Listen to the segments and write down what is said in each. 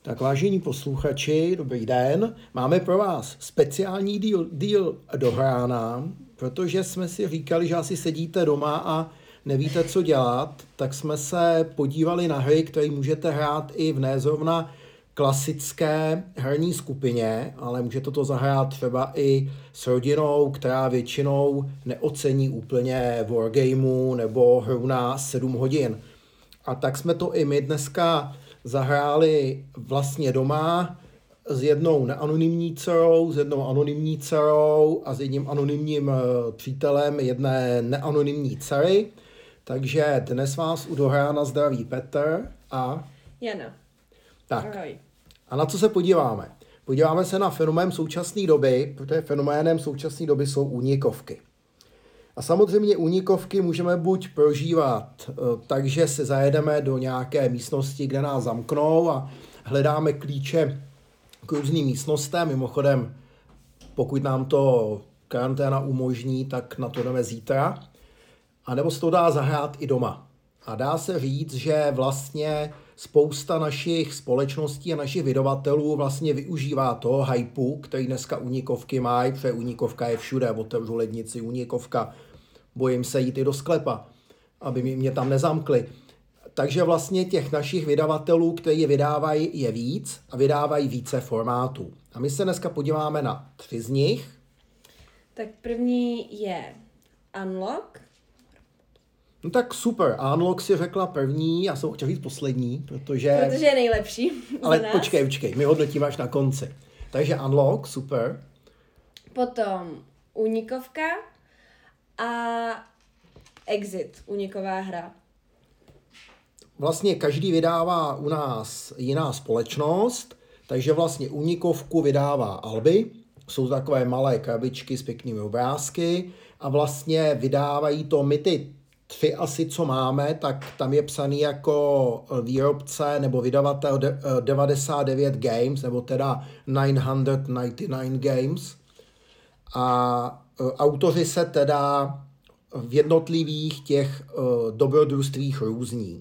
Tak vážení posluchači, dobrý den. Máme pro vás speciální díl dohrána, protože jsme si říkali, že asi sedíte doma a nevíte, co dělat, tak jsme se podívali na hry, které můžete hrát i v nezrovna klasické herní skupině, ale můžete to zahrát třeba i s rodinou, která většinou neocení úplně wargameu nebo hru na 7 hodin. A tak jsme to i my dneska zahráli vlastně doma s jednou neanonymní dcerou, s jednou anonymní dcerou a s jedním anonymním přítelem jedné neanonymní dcery. Takže dnes vás u dohrána zdraví Petr a Jana. Tak. Ahoj. A na co se podíváme? Podíváme se na fenomén současné doby, protože fenoménem současné doby jsou únikovky. A samozřejmě únikovky můžeme buď prožívat, takže se zajedeme do nějaké místnosti, kde nás zamknou a hledáme klíče k různým místnostem. Mimochodem, pokud nám to karanténa umožní, tak na to jdeme zítra. A nebo se to dá zahrát i doma. A dá se říct, že vlastně spousta našich společností a našich vydavatelů vlastně využívá toho hypeu, který dneska únikovky mají, protože únikovka je všude, otevřu lednici, únikovka, bojím se jít i do sklepa, aby mě tam nezamkli. Takže vlastně těch našich vydavatelů, kteří vydávají, je víc a vydávají více formátů. A my se dneska podíváme na 3 z nich. Tak první je Unlock. No tak super, Unlock si řekla první, já jsem chtěl říct poslední, protože je nejlepší. Ale počkej, my hodnotíme až na konci. Takže Unlock, super. Potom Únikovka a Exit, úniková hra. Vlastně každý vydává u nás jiná společnost, takže vlastně únikovku vydává Albi, jsou to takové malé krabičky s pěknými obrázky a vlastně vydávají to my ty 3 asi, co máme, tak tam je psaný jako výrobce nebo vydavatel 99 Games, nebo teda 999 Games. A autoři se teda v jednotlivých těch dobrodružstvích různí.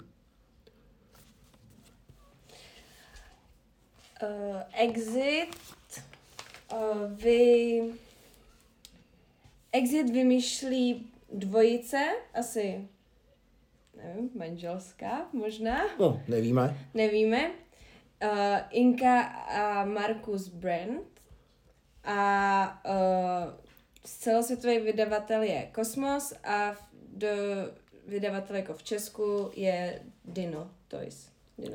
Exit vymýšlí dvojice, asi, nevím, manželská možná. No, nevíme. Inka a Markus Brandt a celosvětový vydavatel je Kosmos a vydavatel jako v Česku je Dino Toys.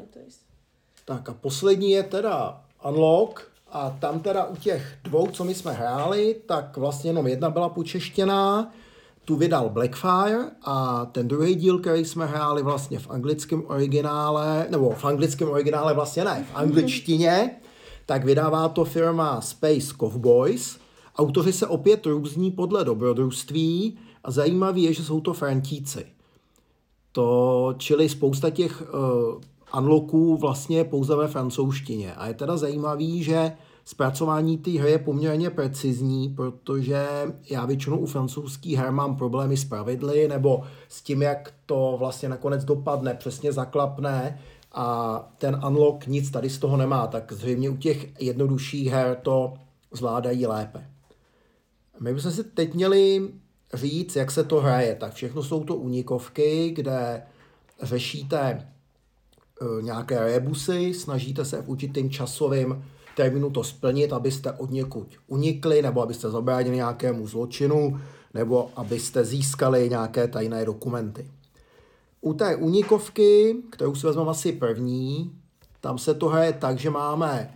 Tak a poslední je teda Unlock a tam teda u těch 2, co my jsme hráli, tak vlastně jenom jedna byla počeštěná, tu vydal Blackfire a ten druhý díl, který jsme hráli vlastně v anglickém originále, nebo v anglickém originále vlastně ne, v angličtině, tak vydává to firma Space Cowboys. Autoři se opět různí podle dobrodružství a zajímavé je, že jsou to Frantíci. Čili spousta těch unlocků vlastně pouze ve francouzštině. A je teda zajímavý, že zpracování té hry je poměrně precizní, protože já většinou u francouzských her mám problémy s pravidly nebo s tím, jak to vlastně nakonec dopadne, přesně zaklapne a ten unlock nic tady z toho nemá, tak zřejmě u těch jednodušších her to zvládají lépe. My bychom si teď měli říct, jak se to hraje. Tak všechno jsou to únikovky, kde řešíte nějaké rebusy, snažíte se v určitým časovým termínu to splnit, abyste od někud unikli, nebo abyste zabránili nějakému zločinu, nebo abyste získali nějaké tajné dokumenty. U té únikovky, kterou si vezmeme asi první, tam se to hraje tak, že máme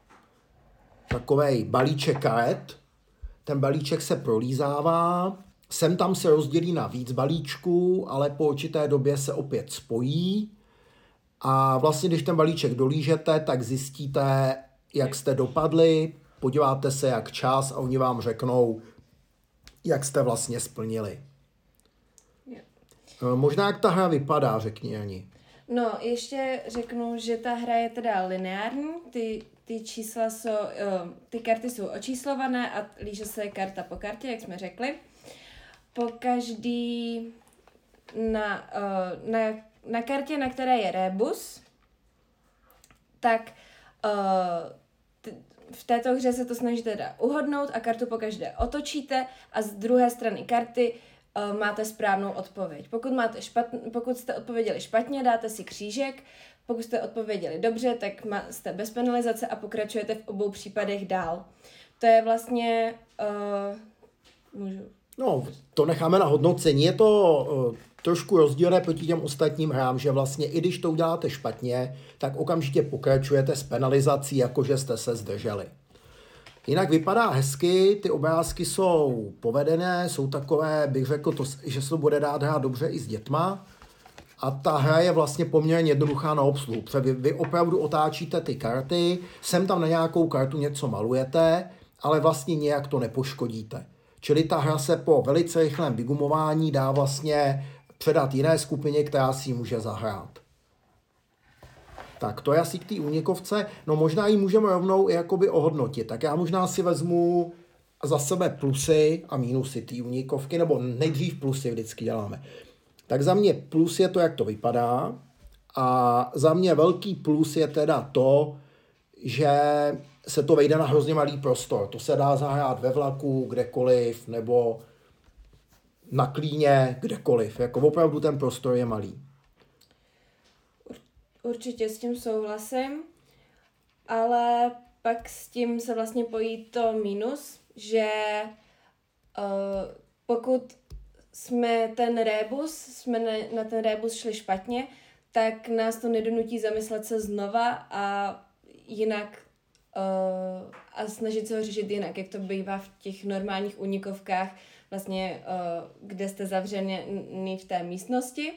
takovej balíček karet, ten balíček se prolízává, sem tam se rozdělí na víc balíčků, ale po určité době se opět spojí a vlastně, když ten balíček dolížete, tak zjistíte, jak jste dopadli, podíváte se, jak čas a oni vám řeknou, jak jste vlastně splnili. Možná, jak ta hra vypadá, řekni Ani. No, ještě řeknu, že ta hra je teda lineární, ty čísla jsou, ty karty jsou očíslované a líže se karta po kartě, jak jsme řekli. Po každý na kartě, na které je rebus, tak v této hře se to snažíte teda uhodnout a kartu pokaždé otočíte a z druhé strany karty máte správnou odpověď. Pokud jste odpověděli špatně, dáte si křížek, pokud jste odpověděli dobře, tak jste bez penalizace a pokračujete v obou případech dál. To je vlastně... můžu... No, to necháme na hodnocení. Je to trošku rozdílné proti těm ostatním hrám, že vlastně i když to uděláte špatně, tak okamžitě pokračujete s penalizací, jakože jste se zdrželi. Jinak vypadá hezky, ty obrázky jsou povedené, jsou takové, bych řekl, že se to bude dát hrát dobře i s dětma. A ta hra je vlastně poměrně jednoduchá na obsluhu. Vy opravdu otáčíte ty karty, sem tam na nějakou kartu něco malujete, ale vlastně nějak to nepoškodíte. Čili ta hra se po velice rychlém vygumování dá vlastně předat jiné skupině, která si ji může zahrát. Tak to je asi k té únikovce. No možná ji můžeme rovnou i jakoby ohodnotit. Tak já možná si vezmu za sebe plusy a mínusy té únikovky, nebo nejdřív plusy vždycky děláme. Tak za mě plus je to, jak to vypadá. A za mě velký plus je teda to, že se to vejde na hrozně malý prostor. To se dá zahrát ve vlaku, kdekoliv, nebo na klíně, kdekoliv. Jako opravdu ten prostor je malý. Určitě s tím souhlasím, ale pak s tím se vlastně pojí to mínus, že pokud jsme na ten rébus šli špatně, tak nás to nedonutí zamyslet se znova a jinak a snažit se ho řešit jinak, jak to bývá v těch normálních únikovkách, vlastně, kde jste zavřený v té místnosti.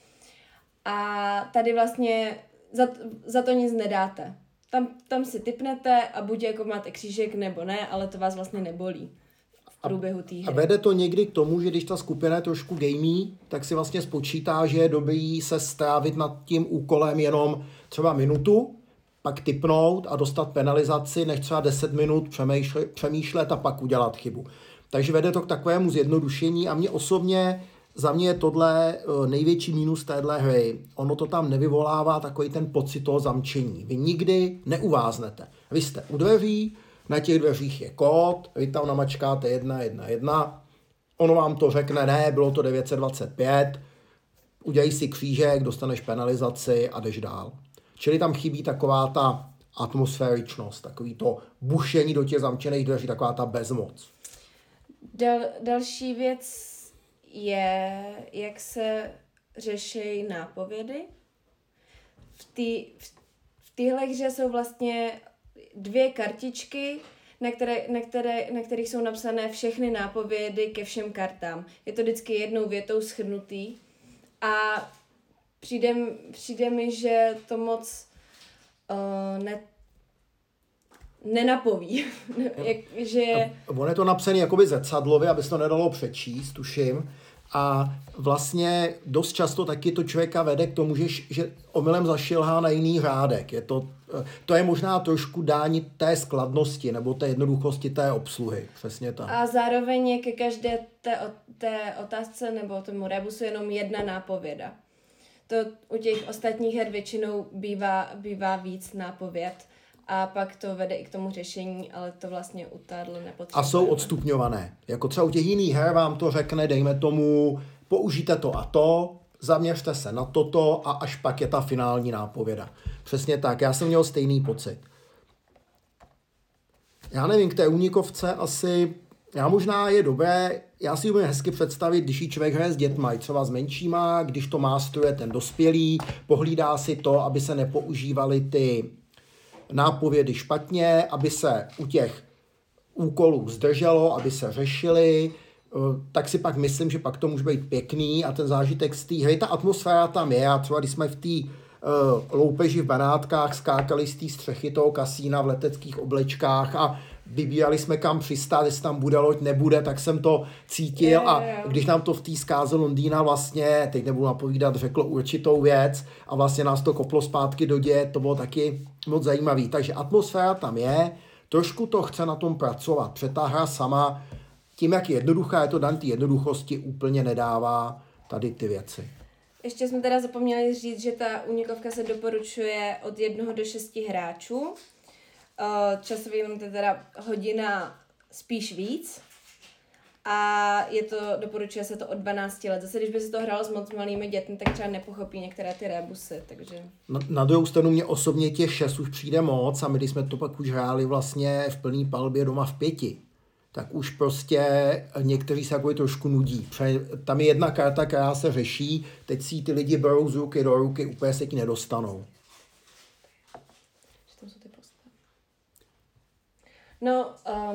A tady vlastně za to nic nedáte. Tam si tipnete a buď jako máte křížek nebo ne, ale to vás vlastně nebolí v průběhu té hry. A vede to někdy k tomu, že když ta skupina je trošku gamey, tak si vlastně spočítá, že je dobrý se strávit nad tím úkolem jenom třeba minutu, pak tipnout a dostat penalizaci, než třeba 10 minut přemýšlet a pak udělat chybu. Takže vede to k takovému zjednodušení a mě osobně, za mě je tohle největší mínus téhle hry. Ono to tam nevyvolává takový ten pocit toho zamčení. Vy nikdy neuváznete. Vy jste u dveří, na těch dveřích je kód, vy tam namačkáte 111, ono vám to řekne, ne, bylo to 925, udělej si křížek, dostaneš penalizaci a jdeš dál. Čili tam chybí taková ta atmosféričnost, takový to bušení do těch zamčených dveří, taková ta bezmoc. Další věc je, jak se řeší nápovědy. V téhle hře jsou vlastně 2 kartičky, na kterých jsou napsané všechny nápovědy ke všem kartám. Je to vždycky jednou větou shrnutý a přijde mi, že to moc nenapoví. Ono je to napsané jakoby zrcadlově, aby se to nedalo přečíst, tuším. A vlastně dost často taky to člověka vede k tomu, že omylem zašilhá na jiný řádek. To je možná trošku dání té skladnosti nebo té jednoduchosti té obsluhy. Přesně tak. A zároveň je ke každé té otázce nebo tomu rebusu jenom jedna nápověda. To u těch ostatních her většinou bývá víc nápověd. A pak to vede i k tomu řešení, ale to vlastně u tahle nepotřebujeme. A jsou odstupňované. Jako třeba u těch jiných her vám to řekne, dejme tomu, použijte to a to, zaměřte se na toto a až pak je ta finální nápověda. Přesně tak, já jsem měl stejný pocit. Já nevím, k té únikovce asi, možná je dobré, já si umím hezky představit, když ji člověk hraje s dětma, i třeba s menšíma, když to mástruje ten dospělý, pohlídá si to, aby se nepoužívaly ty nápovědy špatně, aby se u těch úkolů zdrželo, aby se řešili, tak si pak myslím, že pak to může být pěkný a ten zážitek z té hry, ta atmosféra tam je a třeba když jsme v té loupeži v Benátkách skákali z té střechy toho kasína v leteckých oblečkách a vybírali jsme kam přistát, jestli tam bude loď, nebude, tak jsem to cítil a když nám to v té zkáze Londýna vlastně, teď nebudu napovídat, řeklo určitou věc a vlastně nás to koplo zpátky do děje, to bylo taky moc zajímavý. Takže atmosféra tam je, trošku to chce na tom pracovat, protože ta hra sama, tím jak je jednoduchá, je to dan té jednoduchosti, úplně nedává tady ty věci. Ještě jsme teda zapomněli říct, že ta únikovka se doporučuje od 1 do 6 hráčů. časový limit je teda hodina spíš víc. A doporučuje se to od 12 let. Zase, když by se to hrálo s moc malými dětmi, tak třeba nepochopí některé ty rebusy, takže... Na druhou stranu mě osobně těch 6 už přijde moc a my, když jsme to pak už hráli vlastně v plný palbě doma v 5, tak už prostě někteří se jako trošku nudí. Tam je jedna karta, která se řeší, teď si ty lidi berou z ruky do ruky, úplně se ti nedostanou. Tam jsou ty postavy. No,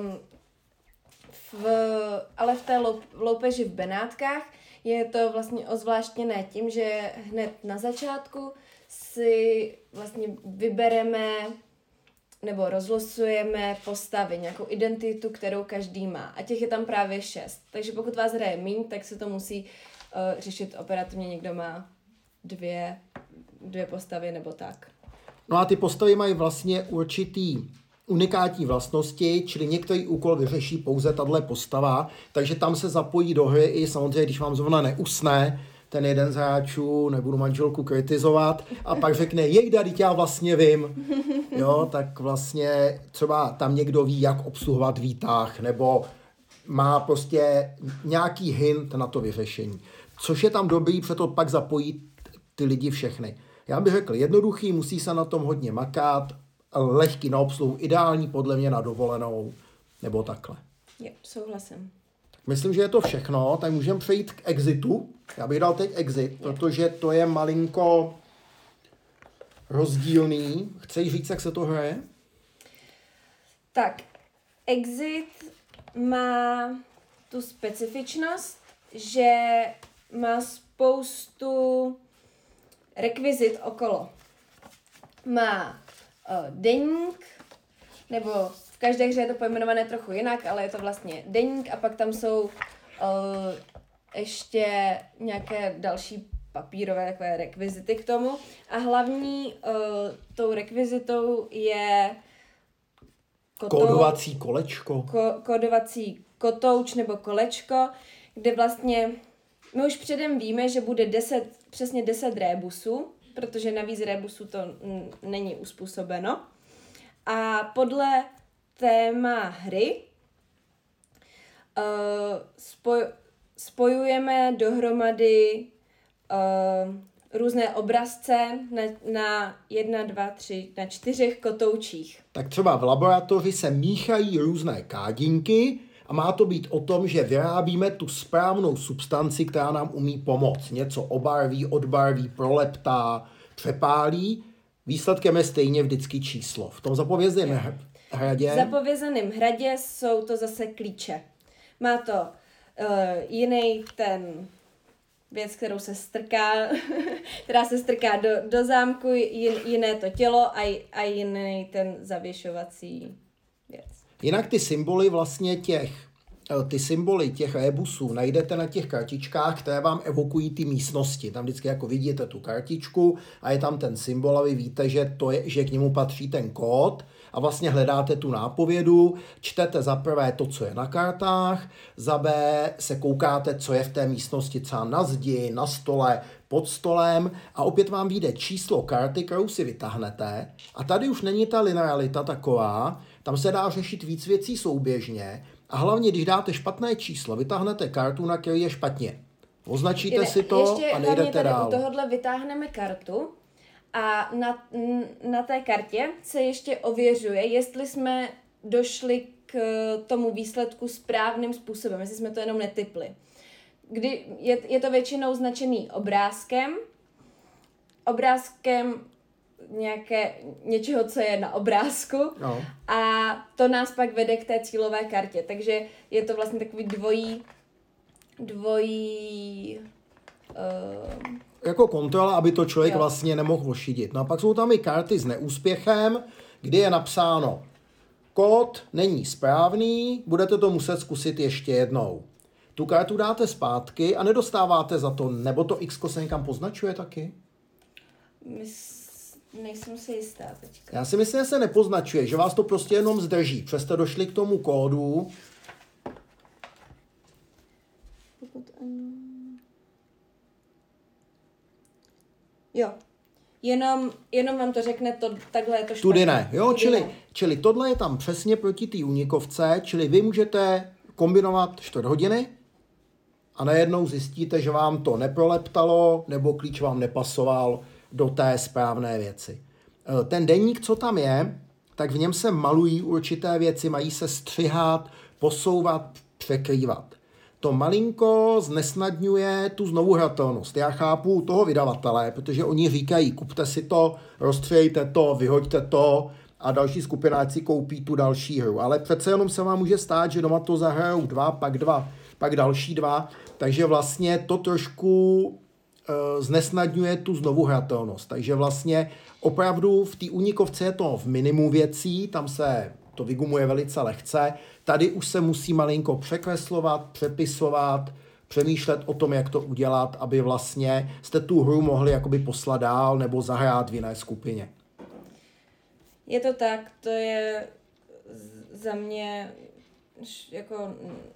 ale v té loupeži v Benátkách je to vlastně ozvláštněné tím, že hned na začátku si vlastně vybereme nebo rozlosujeme postavy, nějakou identitu, kterou každý má. A těch je tam právě 6. Takže pokud vás hraje míň, tak se to musí řešit operativně. Někdo má dvě postavy nebo tak. No a ty postavy mají vlastně určitý unikátní vlastnosti, čili některý úkol vyřeší pouze tahle postava, takže tam se zapojí do hry i samozřejmě, když vám zrovna neusne ten jeden z hráčů, nebudu manželku kritizovat, a pak řekne, jejda, teď já vlastně vím, jo, tak vlastně třeba tam někdo ví, jak obsluhovat výtah, nebo má prostě nějaký hint na to vyřešení. Což je tam dobrý, protože to pak zapojí ty lidi všechny. Já bych řekl, jednoduchý, musí se na tom hodně makat, lehký na obsluhu, ideální podle mě na dovolenou, nebo takhle. Jo, souhlasím. Myslím, že je to všechno, tak můžeme přejít k exitu. Já bych dal teď exit, protože to je malinko rozdílný. Chceš říct, jak se to hraje? Tak, exit má tu specifičnost, že má spoustu rekvizit okolo. Má deník, nebo v každé hře je to pojmenované trochu jinak, ale je to vlastně deník a pak tam jsou ještě nějaké další papírové takové rekvizity k tomu. A hlavní tou rekvizitou je kódovací kolečko. Kódovací kotouč nebo kolečko, kde vlastně my už předem víme, že bude přesně 10 rébusů, protože navíc rébusů to není uspůsobeno. A podle téma hry spojujeme dohromady různé obrazce na 1, 2, 3, na 4 kotoučích. Tak třeba v laboratoři se míchají různé kádinky a má to být o tom, že vyrábíme tu správnou substanci, která nám umí pomoct. Něco obarví, odbarví, proleptá, přepálí. Výsledkem je stejně vždycky číslo. V tom zapovězeném hradě... V zapovězeném hradě jsou to zase klíče. Má to jiný ten věc, která se strká do zámku, jiné to tělo a jiný ten zavěšovací věc. Jinak ty symboly vlastně těch rébusů najdete na těch kartičkách, které vám evokují ty místnosti. Tam vždycky jako vidíte tu kartičku a je tam ten symbol a vy víte, že k němu patří ten kód a vlastně hledáte tu nápovědu, čtete za prvé to, co je na kartách, za B se koukáte, co je v té místnosti, třeba na zdi, na stole, pod stolem a opět vám vyjde číslo karty, kterou si vytáhnete a tady už není ta linearita taková, tam se dá řešit víc věcí souběžně a hlavně, když dáte špatné číslo, vytáhnete kartu, na který je špatně. Označíte si to a nejdete dál. U tohohle vytáhneme kartu a na té kartě se ještě ověřuje, jestli jsme došli k tomu výsledku správným způsobem, jestli jsme to jenom netipli. Kdy je to většinou značený obrázkem něčeho, co je na obrázku a to nás pak vede k té cílové kartě. Takže je to vlastně takový dvojí jako kontrola, aby to člověk vlastně nemohl ošidit. No a pak jsou tam i karty s neúspěchem, kdy je napsáno kód není správný, budete to muset zkusit ještě jednou. Tu kartu dáte zpátky a nedostáváte za to, nebo to X se někam poznačuje taky? Nejsem si jistá teďka. Já si myslím, že se nepoznačuje, že vás to prostě jenom zdrží. Přesto došli k tomu kódu. Jo. Jenom vám to řekne, takhle je to špatně. Tudy ne, jo, čili tohle je tam přesně proti té unikovce, čili vy můžete kombinovat 4 hodiny a najednou zjistíte, že vám to neproleptalo nebo klíč vám nepasoval do té správné věci. Ten deník, co tam je, tak v něm se malují určité věci, mají se střihat, posouvat, překrývat. To malinko znesnadňuje tu znovuhratelnost. Já chápu toho vydavatele, protože oni říkají, kupte si to, rozstřejte to, vyhoďte to a další skupináci si koupí tu další hru. Ale přece jenom se vám může stát, že doma to zahrajou 2, pak další 2, takže vlastně to trošku znesnadňuje tu znovuhratelnost. Takže vlastně opravdu v té unikovce je to v minimu věcí, tam se to vygumuje velice lehce. Tady už se musí malinko překreslovat, přepisovat, přemýšlet o tom, jak to udělat, aby vlastně jste tu hru mohli jakoby poslat dál nebo zahrát v jiné skupině. Je to tak, to je za mě jako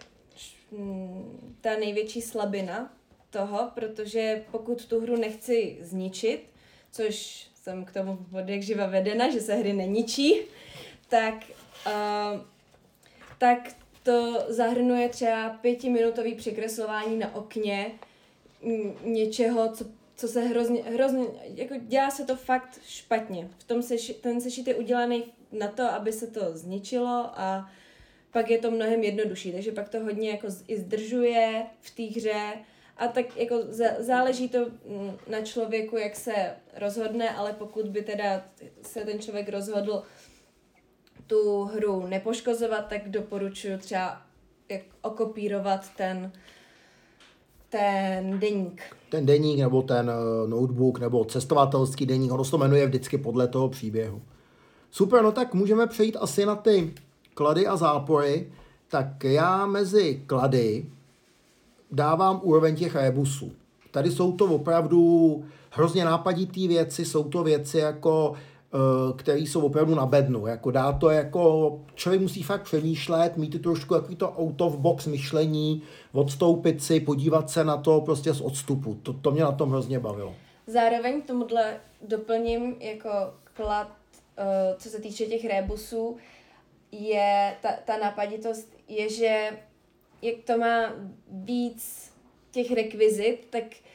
ta největší slabina toho, protože pokud tu hru nechci zničit, což jsem k tomu od jak živa vedena, že se hry neničí, tak to zahrnuje třeba 5minutový překreslování na okně něčeho, co se hrozně, jako dělá se to fakt špatně. Ten sešit je udělaný na to, aby se to zničilo a pak je to mnohem jednodušší, takže pak to hodně jako i zdržuje v té hře a tak jako záleží to na člověku, jak se rozhodne, ale pokud by teda se ten člověk rozhodl tu hru nepoškozovat, tak doporučuji třeba jak okopírovat ten deník. Ten deník nebo ten notebook nebo cestovatelský deník, ono se to jmenuje vždycky podle toho příběhu. Super, no tak můžeme přejít asi na ty klady a zápory. Tak já mezi klady dávám úroveň těch rébusů. Tady jsou to opravdu hrozně nápaditý věci, jsou to věci jako které jsou opravdu na bednu. Jako dá to jako, člověk musí fakt přemýšlet, mít trošku takový to out of box myšlení, odstoupit si, podívat se na to prostě z odstupu. To mě na tom hrozně bavilo. Zároveň tomuhle doplním jako klad, co se týče těch rébusů, je ta nápaditost, je, že jak to má víc těch rekvizit,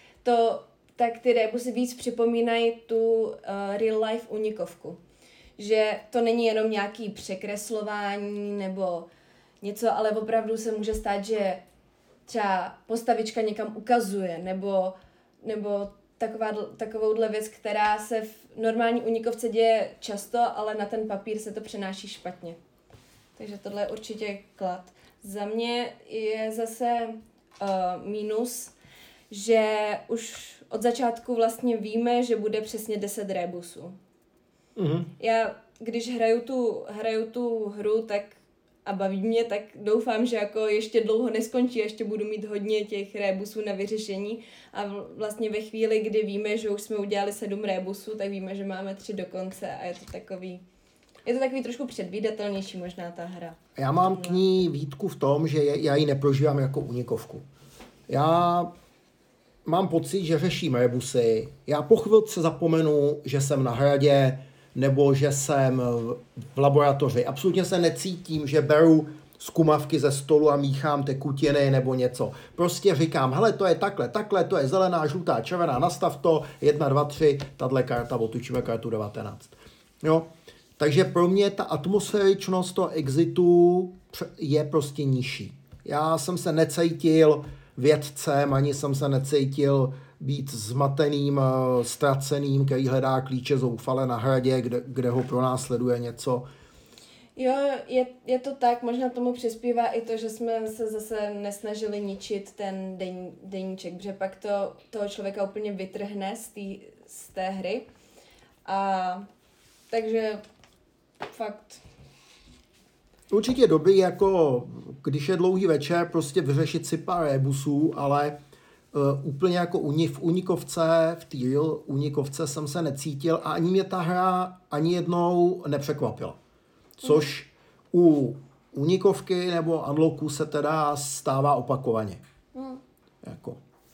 tak ty rébusy víc připomínají tu real life unikovku. Že to není jenom nějaký překreslování nebo něco, ale opravdu se může stát, že třeba postavička někam ukazuje nebo takovouhle věc, která se v normální unikovce děje často, ale na ten papír se to přenáší špatně. Takže tohle je určitě klad. Za mě je zase mínus, že už od začátku vlastně víme, že bude přesně 10 rébusů. Mm-hmm. Já, když hraju tu hru tak a baví mě, tak doufám, že jako ještě dlouho neskončí, ještě budu mít hodně těch rébusů na vyřešení a vlastně ve chvíli, kdy víme, že už jsme udělali 7 rébusů, tak víme, že máme 3 do konce a je to takový trošku předvídatelnější možná ta hra. Já mám k ní výtku v tom, že já ji neprožívám jako unikovku. Já mám pocit, že řeším rebusy. Já po chvilce zapomenu, že jsem na hradě nebo že jsem v laboratoři. Absolutně se necítím, že beru zkumavky ze stolu a míchám tekutiny nebo něco. Prostě říkám, hele, to je takhle, to je zelená, žlutá, červená, nastav to, 1, 2, 3, tahle karta, otočíme kartu 19. Jo? Takže pro mě ta atmosféričnost toho exitu je prostě nižší. Já jsem se necítil vědcem, ani jsem se necítil být zmateným, ztraceným, který hledá klíče zoufale na hradě, kde ho pronásleduje něco. Jo, je to tak, možná tomu přispívá i to, že jsme se zase nesnažili ničit ten deníček, protože pak to toho člověka úplně vytrhne z té hry. A takže fakt. Určitě dobrý, jako když je dlouhý večer, prostě vyřešit si pár rebusů, ale úplně jako v unikovce, v té real unikovce jsem se necítil a ani mě ta hra ani jednou nepřekvapila. Což u unikovky nebo unlocku se teda stává opakovaně. Jako.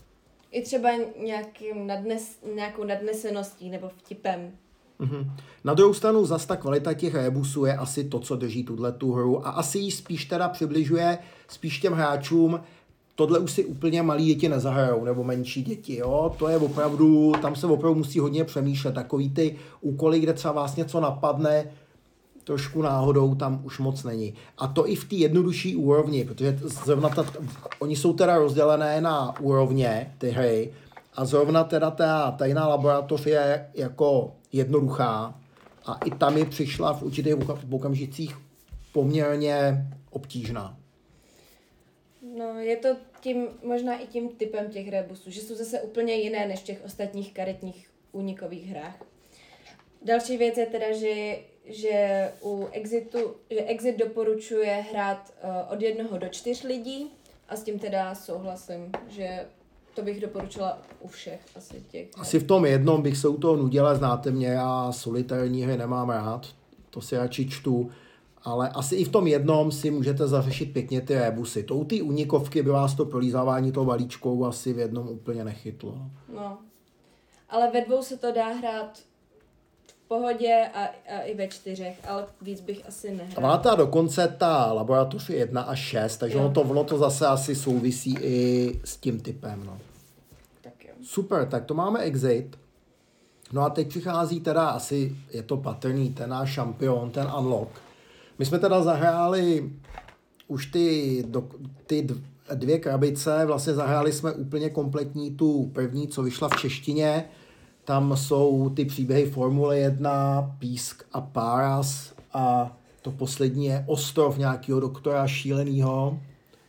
i třeba nějakou nadneseností nebo vtipem. Mm-hmm. Na druhou stranu zas ta kvalita těch rebusů je asi to, co drží tu hru a asi ji spíš teda přibližuje spíš těm hráčům. Tohle už si úplně malí děti nezahrajou, nebo menší děti, jo. To je opravdu, tam se opravdu musí hodně přemýšlet. Takový ty úkoly, kde třeba vás něco napadne, trošku náhodou tam už moc není. A to i v té jednodušší úrovni, protože zrovna oni jsou teda rozdělené na úrovně, ty hry, a zrovna teda ta tajná laboratoř je jako jednoduchá a i tam je přišla v určitých okamžicích poměrně obtížná. No, je to možná i tím typem těch rebusů, že jsou zase úplně jiné než v těch ostatních karetních únikových hrách. Další věc je teda, že Exit doporučuje hrát od 1 do 4 lidí a s tím teda souhlasím, že to bych doporučila u všech asi těch. Asi v tom jednom bych se u toho nudila, znáte mě, já solitární hry nemám rád, to si radši čtu, ale asi i v tom jednom si můžete zařešit pěkně ty rebusy. To u té unikovky by vás to prolízávání toho balíčkou asi v jednom úplně nechytlo. No, ale ve 2 se to dá hrát v pohodě a i ve 4, ale víc bych asi nehrál. A má dokonce ta laboratoř 1 až 6, takže ono to zase asi souvisí i s tím typem. No. Tak jo. Super, tak to máme Exit. No a teď přichází teda asi, je to patrný, ten náš šampion, ten Unlock. My jsme teda zahráli už ty 2 krabice, vlastně zahráli jsme úplně kompletní tu první, co vyšla v češtině. Tam jsou ty příběhy Formule 1, Písk a Páras a to poslední je Ostrov nějakého doktora šílenýho.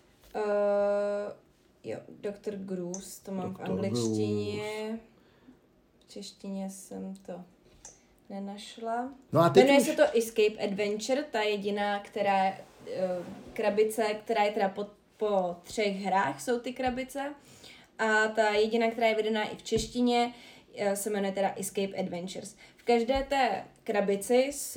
Jo, Dr. Gruus, to mám v angličtině. V češtině jsem to nenašla. No a teď jmenuje se to Escape Adventure, ta jediná, krabice, která je teda po 3 hrách, jsou ty krabice. A ta jediná, která je vedená i v češtině, se jmenuje teda Escape Adventures. V každé té krabici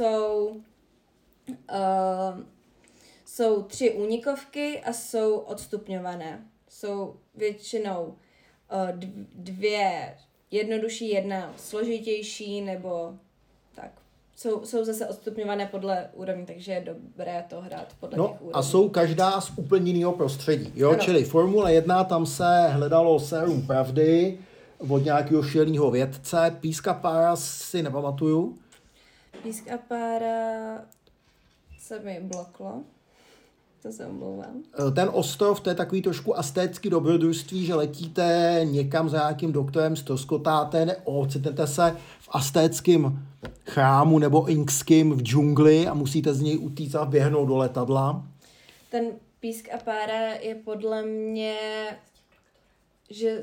jsou 3 únikovky a jsou odstupňované. Jsou většinou 2 jednodušší, 1 složitější, nebo tak. Jsou zase odstupňované podle úrovní, takže je dobré to hrát podle těch úrovní. A jsou každá z úplně jiného prostředí. Jo? Čili Formule 1, tam se hledalo sérum pravdy od nějakého šíleného vědce. Písk a Pára si nepamatuju. Písk a Pára se mi bloklo. To se omlouvám. Ten ostrov, to je takový trošku astécký dobrodružství, že letíte někam za nějakým doktorem, ztroskotáte, ocitnete se v astéckém chrámu nebo inkským v džungli a musíte z něj utíct a běhnout do letadla. Ten Písk a Pára je podle mě, že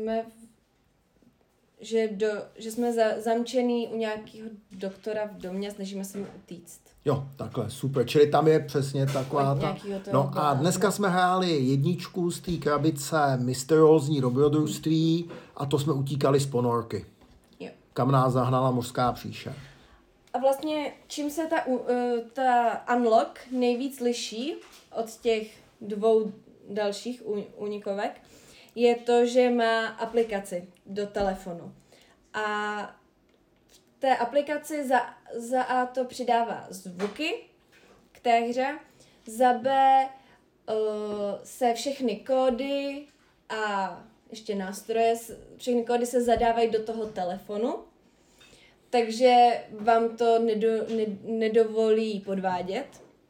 jsme zamčený u nějakého doktora v domě a snažíme se mu utíct. Jo, takhle, super. Čili tam je přesně taková ta... No a dneska jsme hráli 1 z té krabice Mysteriózní dobrodružství a to jsme utíkali z ponorky. Jo. Kam nás zahnala mořská příše. A vlastně, čím se ta Unlock nejvíc liší od těch 2 dalších únikovek, je to, že má aplikaci do telefonu. A v té aplikaci za A to přidává zvuky k té hře, za B se všechny kódy a ještě nástroje, všechny kódy se zadávají do toho telefonu, takže vám to nedovolí podvádět.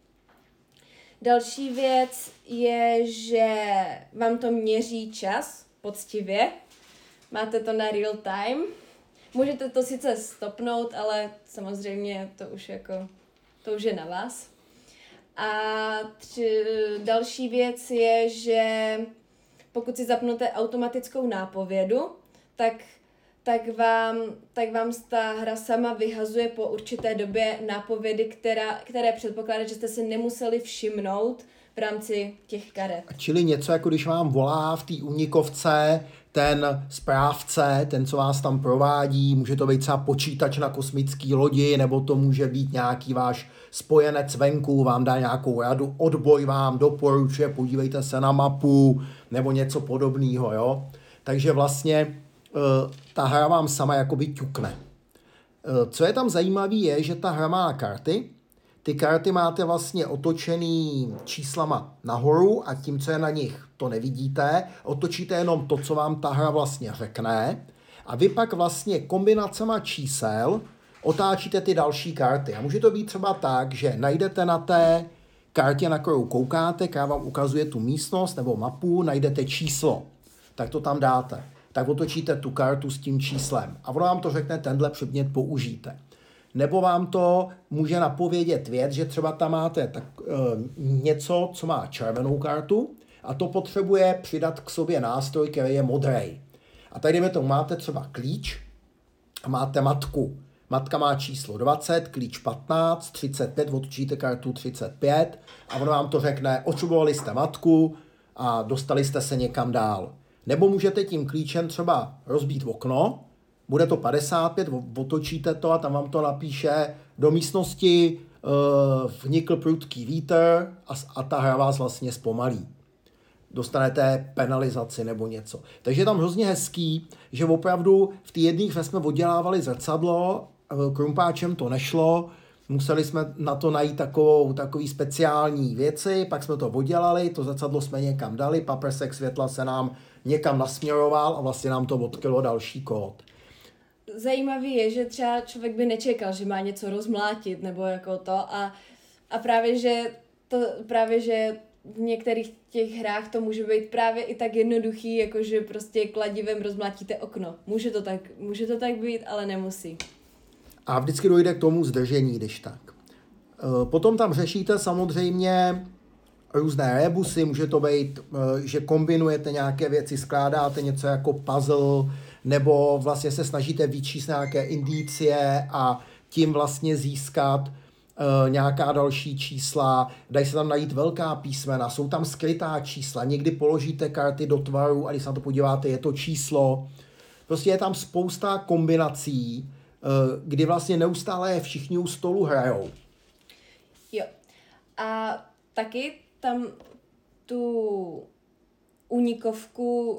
Další věc je, že vám to měří čas poctivě. Máte to na real time. Můžete to sice stopnout, ale samozřejmě to už je na vás. A další věc je, že pokud si zapnete automatickou nápovědu, tak vám ta hra sama vyhazuje po určité době nápovědy, které předpokládá, že jste si nemuseli všimnout v rámci těch karet. Čili něco, jako když vám volá v té únikovce ten správce, ten, co vás tam provádí, může to být třeba počítač na kosmický lodi, nebo to může být nějaký váš spojenec venku, vám dá nějakou radu, odboj vám doporučuje, podívejte se na mapu, nebo něco podobného, jo. takže vlastně ta hra vám sama jakoby ťukne. Co je tam zajímavé je, že ta hra má karty. Ty karty máte vlastně otočený číslama nahoru a tím, co je na nich, to nevidíte. Otočíte jenom to, co vám ta hra vlastně řekne. A vy pak vlastně kombinacema čísel otáčíte ty další karty. A může to být třeba tak, že najdete na té kartě, na kterou koukáte, která vám ukazuje tu místnost nebo mapu, najdete číslo. Tak to tam dáte. Tak otočíte tu kartu s tím číslem. A ono vám to řekne, tenhle předmět použijte. Nebo vám to může napovědět věc, že třeba tam máte něco, co má červenou kartu a to potřebuje přidat k sobě nástroj, který je modrý. A tady jdeme tomu, máte třeba klíč a máte matku. Matka má číslo 20, klíč 15, 35, otočíte kartu 35 a ono vám to řekne, očubovali jste matku a dostali jste se někam dál. Nebo můžete tím klíčem třeba rozbít okno, bude to 55, otočíte to a tam vám to napíše, do místnosti vnikl prudký vítr a ta hra vás vlastně zpomalí. Dostanete penalizaci nebo něco. Takže je tam hrozně hezký, že opravdu v té jedné hře jsme oddělávali zrcadlo, krumpáčem to nešlo, museli jsme na to najít takový speciální věci, pak jsme to oddělali, to zrcadlo jsme někam dali, paprsek světla se nám někam nasměroval a vlastně nám to odkrylo další kód. Zajímavý je, že třeba člověk by nečekal, že má něco rozmlátit nebo jako to a právě, že v některých těch hrách to může být právě i tak jednoduchý, jakože prostě kladivem rozmlátíte okno. Může to tak být, ale nemusí. A vždycky dojde k tomu zdržení, když tak. Potom tam řešíte samozřejmě různé rebusy, může to být, že kombinujete nějaké věci, skládáte něco jako puzzle, nebo vlastně se snažíte vyčíst nějaké indicie a tím vlastně získat nějaká další čísla, dají se tam najít velká písmena, jsou tam skrytá čísla, někdy položíte karty do tvaru a když se na to podíváte, je to číslo. Prostě je tam spousta kombinací, kdy vlastně neustále všichni u stolu hrajou. Jo. A taky tam tu únikovku,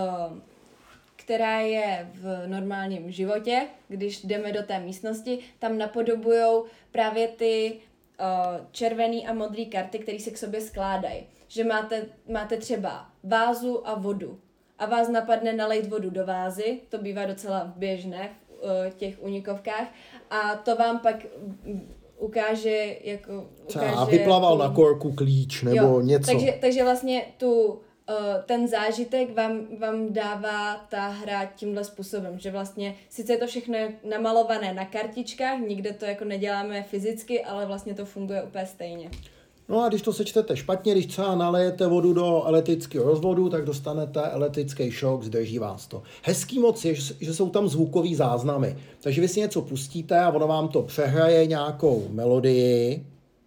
která je v normálním životě, když jdeme do té místnosti, tam napodobujou právě ty červený a modrý karty, které se k sobě skládají. Že máte třeba vázu a vodu. A vás napadne nalejt vodu do vázy, to bývá docela běžné v těch únikovkách, a to vám pak ukáže třeba vyplaval na korku klíč nebo něco. Takže vlastně ten zážitek vám dává ta hra tímhle způsobem, že vlastně sice je to všechno namalované na kartičkách, nikde to jako neděláme fyzicky, ale vlastně to funguje úplně stejně. No a když to sečtete špatně, když třeba nalejete vodu do elektrického rozvodu, tak dostanete elektrický šok, zdrží vás to. Hezký moc je, že jsou tam zvukové záznamy. Takže vy si něco pustíte a ono vám to přehraje nějakou melodii,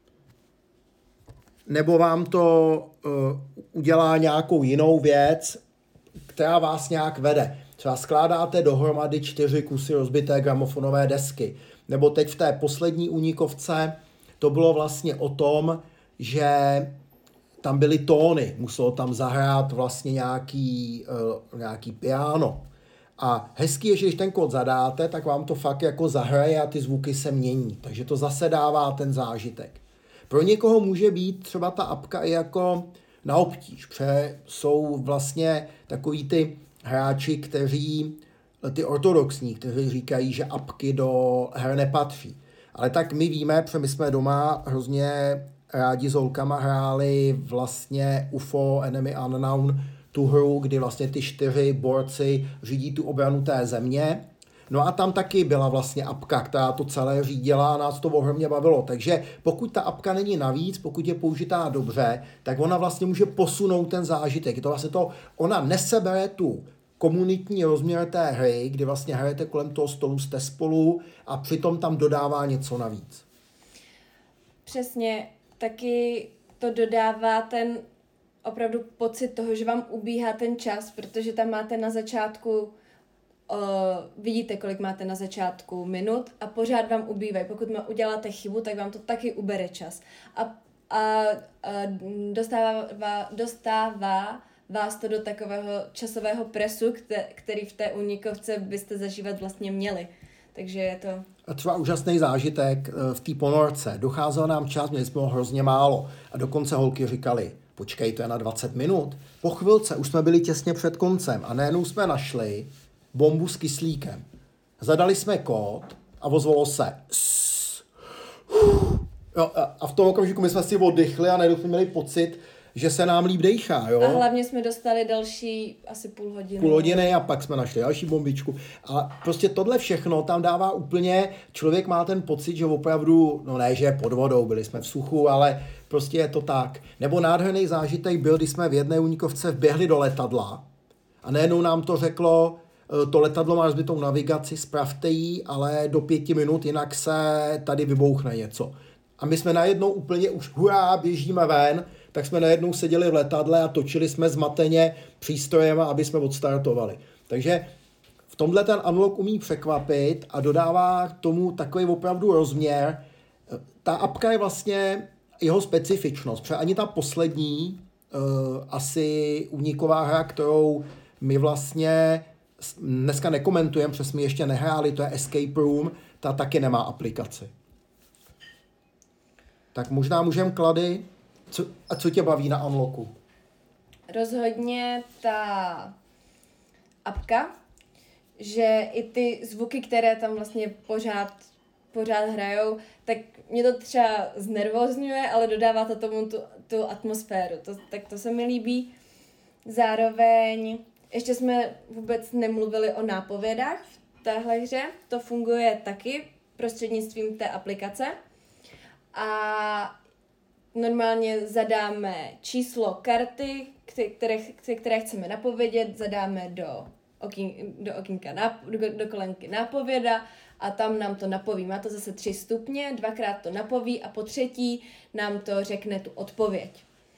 nebo vám to udělá nějakou jinou věc, která vás nějak vede. Třeba skládáte dohromady 4 kusy rozbité gramofonové desky. Nebo teď v té poslední únikovce to bylo vlastně o tom, že tam byly tóny, muselo tam zahrát vlastně nějaký piano. A hezký je, že když ten kód zadáte, tak vám to fakt jako zahraje a ty zvuky se mění. Takže to zase dává ten zážitek. Pro někoho může být třeba ta apka i jako na obtíž, protože jsou vlastně takový ty hráči, ty ortodoxní, kteří říkají, že apky do her nepatří. Ale tak my víme, protože my jsme doma hrozně rádi s holkama hráli vlastně UFO Enemy Unknown, tu hru, kdy vlastně ty 4 borci řídí tu obranu té země. No a tam taky byla vlastně apka, která to celé řídila a nás to ohromně bavilo. Takže pokud ta apka není navíc, pokud je použitá dobře, tak ona vlastně může posunout ten zážitek. Je to vlastně ona nesebere tu komunitní rozměr té hry, kdy vlastně hrajete kolem toho stolu, jste spolu a přitom tam dodává něco navíc. Přesně, taky to dodává ten opravdu pocit toho, že vám ubíhá ten čas, protože tam máte na začátku, vidíte, kolik máte na začátku minut a pořád vám ubývají. Pokud uděláte chybu, tak vám to taky ubere čas. A dostává vás to do takového časového presu, který v té únikovce byste zažívat vlastně měli. Takže je to... A třeba úžasný zážitek v té ponorce. Docházelo nám čas, měli jsme ho hrozně málo. A dokonce holky říkali, počkej, to je na 20 minut. Po chvilce už jsme byli těsně před koncem a najednou jsme našli bombu s kyslíkem. Zadali jsme kód a ozvalo se. Jo, a v tom okamžiku my jsme si oddychli a najednou jsme měli pocit, že se nám líp dejchá. Jo? A hlavně jsme dostali další asi půl hodiny. Půl hodiny a pak jsme našli další bombičku. A prostě tohle všechno tam dává úplně, člověk má ten pocit, že opravdu, no ne, že je pod vodou, byli jsme v suchu, ale prostě je to tak. Nebo nádherný zážitek byl, když jsme v jedné únikovce vběhli do letadla a najednou nám to řeklo, to letadlo má rozbitou navigaci, spravte ji, ale do 5 minut, jinak se tady vybouchne něco. A my jsme najednou úplně už hurá, běžíme ven, tak jsme najednou seděli v letadle a točili jsme zmateně přístrojem, aby jsme odstartovali. Takže v tomhle ten unlock umí překvapit a dodává k tomu takový opravdu rozměr. Ta apka je vlastně jeho specifičnost, protože ani ta poslední asi úniková hra, kterou my vlastně dneska nekomentujeme, protože jsme ještě nehráli, to je Escape Room, ta taky nemá aplikaci. Tak možná můžeme, Klady, co tě baví na unlocku? Rozhodně ta apka, že i ty zvuky, které tam vlastně pořád hrajou, tak mě to třeba znervózňuje, ale dodává to tomu tu atmosféru. Tak to se mi líbí. Zároveň ještě jsme vůbec nemluvili o nápovědách v téhle hře. To funguje taky prostřednictvím té aplikace. A normálně zadáme číslo karty, které chceme napovědět, zadáme do okýnka, do kolenky nápověda a tam nám to napoví. Má to zase 3 stupně, 2krát to napoví a po 3. nám to řekne tu odpověď.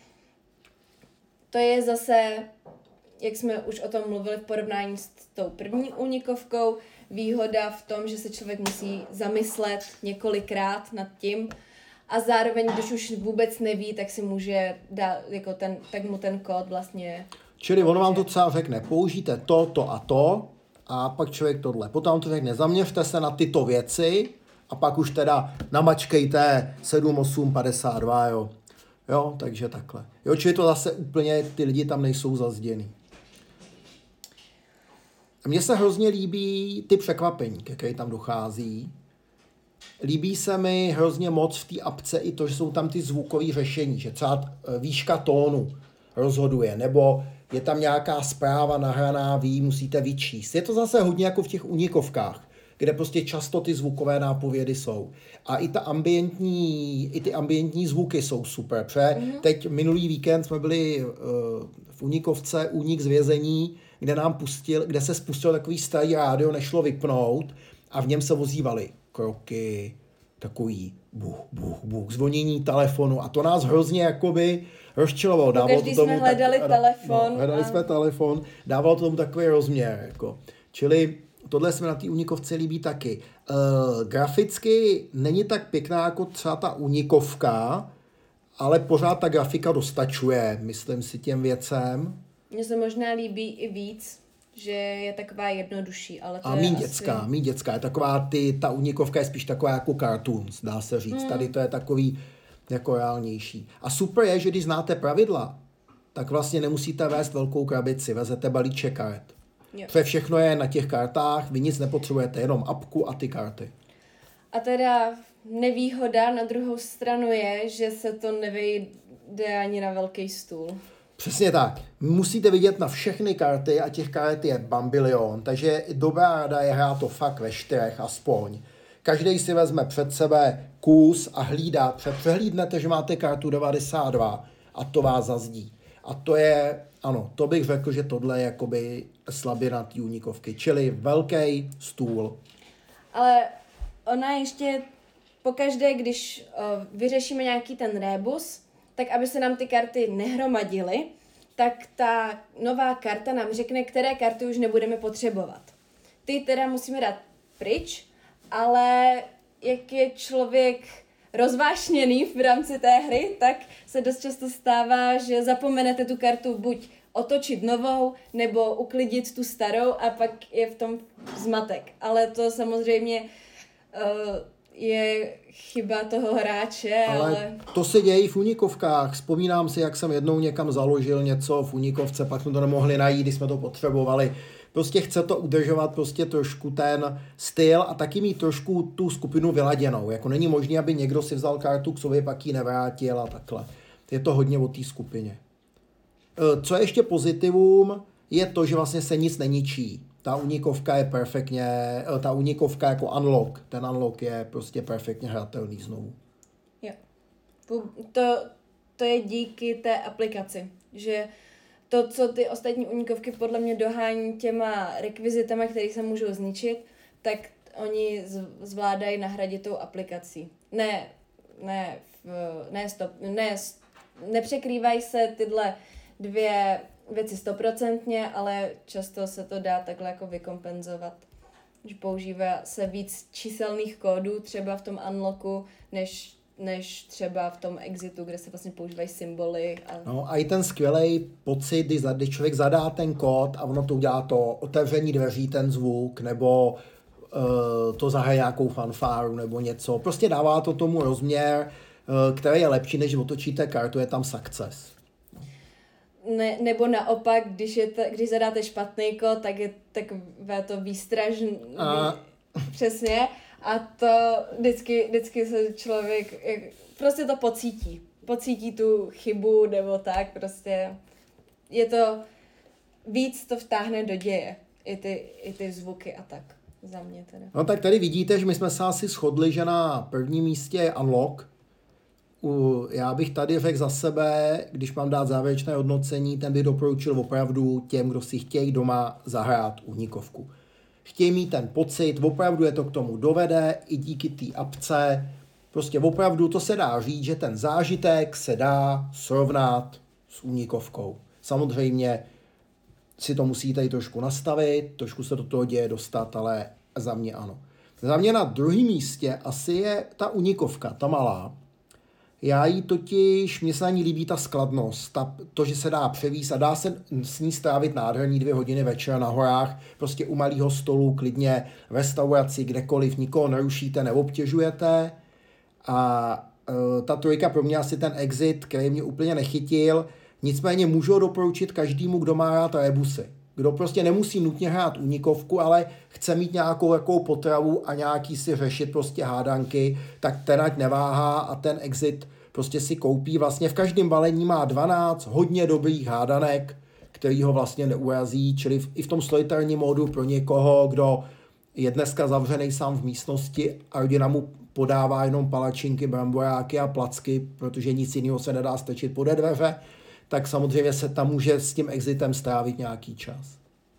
To je zase, jak jsme už o tom mluvili v porovnání s tou první únikovkou, výhoda v tom, že se člověk musí zamyslet několikrát nad tím, a zároveň, když už vůbec neví, tak si může dát, jako tak mu ten kód vlastně... Čili ono vám to třeba řekne, použijte to a pak člověk tohle. Potom to řekne, zaměřte se na tyto věci a pak už teda namačkejte 7852, jo. Jo, takže takhle. Jo, čili to zase úplně, ty lidi tam nejsou zazděný. Mně se hrozně líbí ty překvapení, které tam dochází. Líbí se mi hrozně moc v té apce i to, že jsou tam ty zvukové řešení, že třeba výška tónu rozhoduje, nebo je tam nějaká zpráva nahraná, vy musíte vyčíst. Je to zase hodně jako v těch únikovkách, kde prostě často ty zvukové nápovědy jsou. A i ty ambientní zvuky jsou super. Protože teď minulý víkend jsme byli v únikovce Únik z vězení, kde se spustilo takový starý rádio, nešlo vypnout a v něm se ozývaly kroky, takový buch, zvonění telefonu a to nás hrozně jakoby rozčilovalo. Každý jsme hledali telefon. Hledali jsme telefon, dávalo to tomu takový rozměr. Jako. Čili tohle se mi na té únikovce líbí taky. Graficky není tak pěkná jako třeba ta únikovka, ale pořád ta grafika dostačuje, myslím si, těm věcem. Mně se možná líbí i víc, že je taková jednodušší, ale to a je míň dětská. Je taková, ta únikovka je spíš taková jako cartoons, dá se říct. Tady to je takový jako reálnější. A super je, že když znáte pravidla, tak vlastně nemusíte vést velkou krabici, vezete balíček karet. Protože všechno je na těch kartách, vy nic nepotřebujete, jenom apku a ty karty. A teda nevýhoda na druhou stranu je, že se to nevejde ani na velký stůl. Přesně tak. Musíte vidět na všechny karty a těch karet je bambilion, takže dobrá rada je hrát to fakt ve 4 aspoň. Každý si vezme před sebe kus a hlídá. Přehlídnete, že máte kartu 92 a to vás zazdí. A to je, ano, to bych řekl, že tohle je jakoby slabina té únikovky, čili velký stůl. Ale ona ještě pokaždé, když vyřešíme nějaký ten rébus, tak aby se nám ty karty nehromadily, tak ta nová karta nám řekne, které karty už nebudeme potřebovat. Ty teda musíme dát pryč, ale jak je člověk rozvášněný v rámci té hry, tak se dost často stává, že zapomenete tu kartu buď otočit novou nebo uklidit tu starou a pak je v tom zmatek. Ale to samozřejmě je chyba toho hráče, ale... To se děje i v unikovkách. Vzpomínám si, jak jsem jednou někam založil něco v unikovce, pak jsme to nemohli najít, když jsme to potřebovali. Prostě chce to udržovat prostě trošku ten styl a taky mít trošku tu skupinu vyladěnou. Jako není možné, aby někdo si vzal kartu k sobě, pak ji nevrátil a takhle. Je to hodně o té skupině. Co je ještě pozitivum, je to, že vlastně se nic neničí. Ta unikovka je perfektně, ta unikovka jako unlock, ten unlock je prostě perfektně hratelný znovu. Jo. To je díky té aplikaci, že to, co ty ostatní unikovky podle mě dohání těma rekvizitama, které se můžou zničit, tak oni zvládají nahradit tou aplikací. Nepřekrývají se tyhle dvě věci 100%, ale často se to dá takhle jako vykompenzovat. Že používá se víc číselných kódů třeba v tom unlocku, než třeba v tom exitu, kde se vlastně používají symboly. No a i ten skvělej pocit, když člověk zadá ten kód a ono to udělá to otevření dveří, ten zvuk, nebo to zahraje nějakou fanfáru nebo něco. Prostě dává to tomu rozměr, který je lepší, než otočíte kartu, je tam success. Nebo naopak, když zadáte špatný kód, tak je takové to výstražné. Přesně. A to vždycky se člověk prostě to pocítí. Pocítí tu chybu nebo tak, prostě je to víc to vtáhne do děje. I ty zvuky a tak. Za mě teda. No tak tady vidíte, že my jsme se asi shodli, že na prvním místě je unlock. Já bych tady řekl za sebe, když mám dát závěrečné hodnocení, ten bych doporučil opravdu těm, kdo si chtějí doma zahrát unikovku. Chtějí mít ten pocit, opravdu je to k tomu dovede, i díky té apce. Prostě opravdu to se dá říct, že ten zážitek se dá srovnat s unikovkou. Samozřejmě si to musíte i trošku nastavit, trošku se do toho děje dostat, ale za mě ano. Za mě na druhém místě asi je ta unikovka, ta malá. Já jí totiž, mně se na ní líbí ta skladnost, to, že se dá převízt a dá se s ní strávit nádherný 2 hodiny večer na horách, prostě u malého stolu, klidně v restauraci, kdekoliv, nikoho nerušíte, neobtěžujete. A ta trojka pro mě asi ten exit, který mě úplně nechytil, nicméně můžu doporučit každému, kdo má rád rebusy. Kdo prostě nemusí nutně hrát unikovku, ale chce mít nějakou jakou potravu a nějaký si řešit prostě hádanky, tak ten ať neváhá a ten exit prostě si koupí. Vlastně v každém balení má 12 hodně dobrých hádanek, který ho vlastně neurazí, čili i v tom solitárním módu pro někoho, kdo je dneska zavřený sám v místnosti a rodina mu podává jenom palačinky, bramboráky a placky, protože nic jiného se nedá strčit pode dveře, tak samozřejmě se tam může s tím exitem strávit nějaký čas.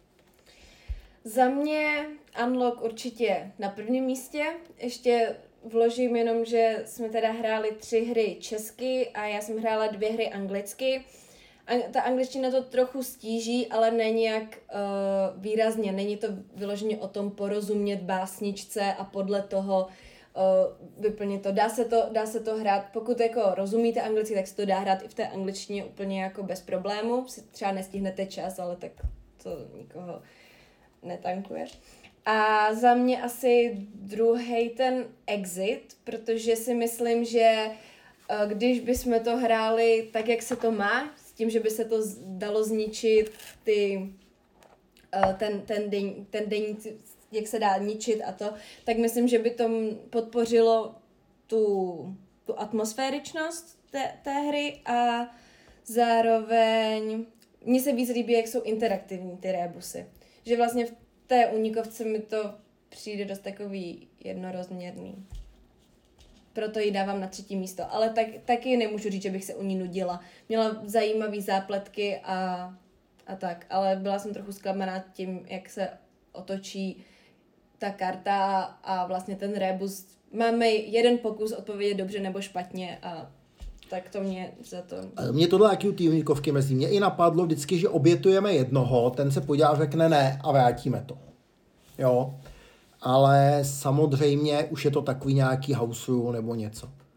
Za mě unlock určitě na prvním místě. Ještě vložím jenom, že jsme teda hráli 3 hry česky a já jsem hrála 2 hry anglicky. Ta angličtina to trochu stíží, ale není jak výrazně. Není to vyloženě o tom porozumět básničce a podle toho vyplnit to. Dá se to hrát, pokud jako rozumíte anglicky, tak se to dá hrát i v té angličtině úplně jako bez problému. Třeba nestihnete čas, ale tak to nikoho netankuje. A za mě asi druhý ten exit, protože si myslím, že když bychom to hráli tak, jak se to má, s tím, že by se to dalo zničit ten deník, jak se dá ničit a to, tak myslím, že by to podpořilo tu atmosféričnost té hry a zároveň mně se víc líbí, jak jsou interaktivní ty rébusy. Že vlastně v té unikovce mi to přijde dost takový jednorozměrný. Proto ji dávám na 3. místo. Ale taky nemůžu říct, že bych se u ní nudila. Měla zajímavý zápletky a tak. Ale byla jsem trochu zklamaná tím, jak se otočí ta karta a vlastně ten rébus. Máme jeden pokus odpovědět dobře nebo špatně a tak to mě za to... Mě tohle taky u té unikovky mezi. Mě i napadlo vždycky, že obětujeme jednoho, ten se podívá, řekne ne a vrátíme to. Jo. Ale samozřejmě už je to takový nějaký house rule nebo něco.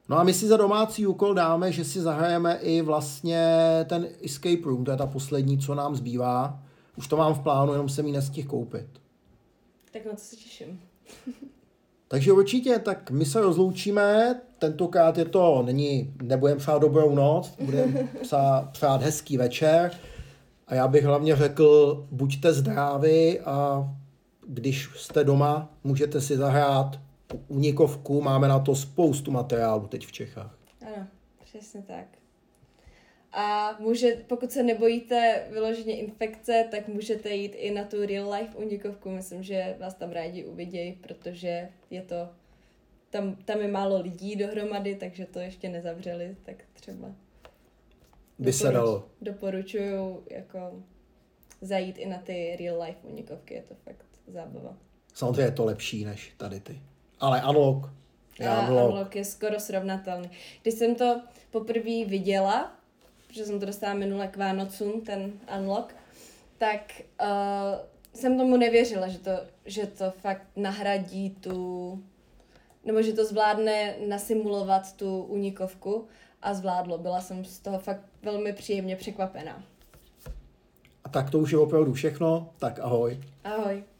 No a my si za domácí úkol dáme, že si zahrajeme i vlastně ten Escape Room, to je ta poslední, co nám zbývá. Už to mám v plánu, jenom jsem ji nestihl koupit. Tak na to se těším. Takže určitě, tak my se rozloučíme, tentokrát nebudeme přát dobrou noc, budeme přát hezký večer a já bych hlavně řekl, buďte zdraví a když jste doma, můžete si zahrát únikovku, máme na to spoustu materiálu teď v Čechách. Ano, přesně tak. A pokud se nebojíte vyloženě infekce, tak můžete jít i na tu real life únikovku. Myslím, že vás tam rádi uvidějí, protože je to, tam je málo lidí dohromady, takže to ještě nezavřeli, tak třeba By se dalo. Doporučuju jako zajít i na ty real life únikovky, je to fakt zábava. Samozřejmě je to lepší než tady ty. Ale Unlock. Unlock je skoro srovnatelný. Když jsem to poprvé viděla, protože jsem to dostala minule k Vánocům, ten Unlock, tak jsem tomu nevěřila, že to fakt nahradí nebo že to zvládne nasimulovat tu únikovku a zvládlo. Byla jsem z toho fakt velmi příjemně překvapená. A tak to už je opravdu všechno, tak ahoj. Ahoj.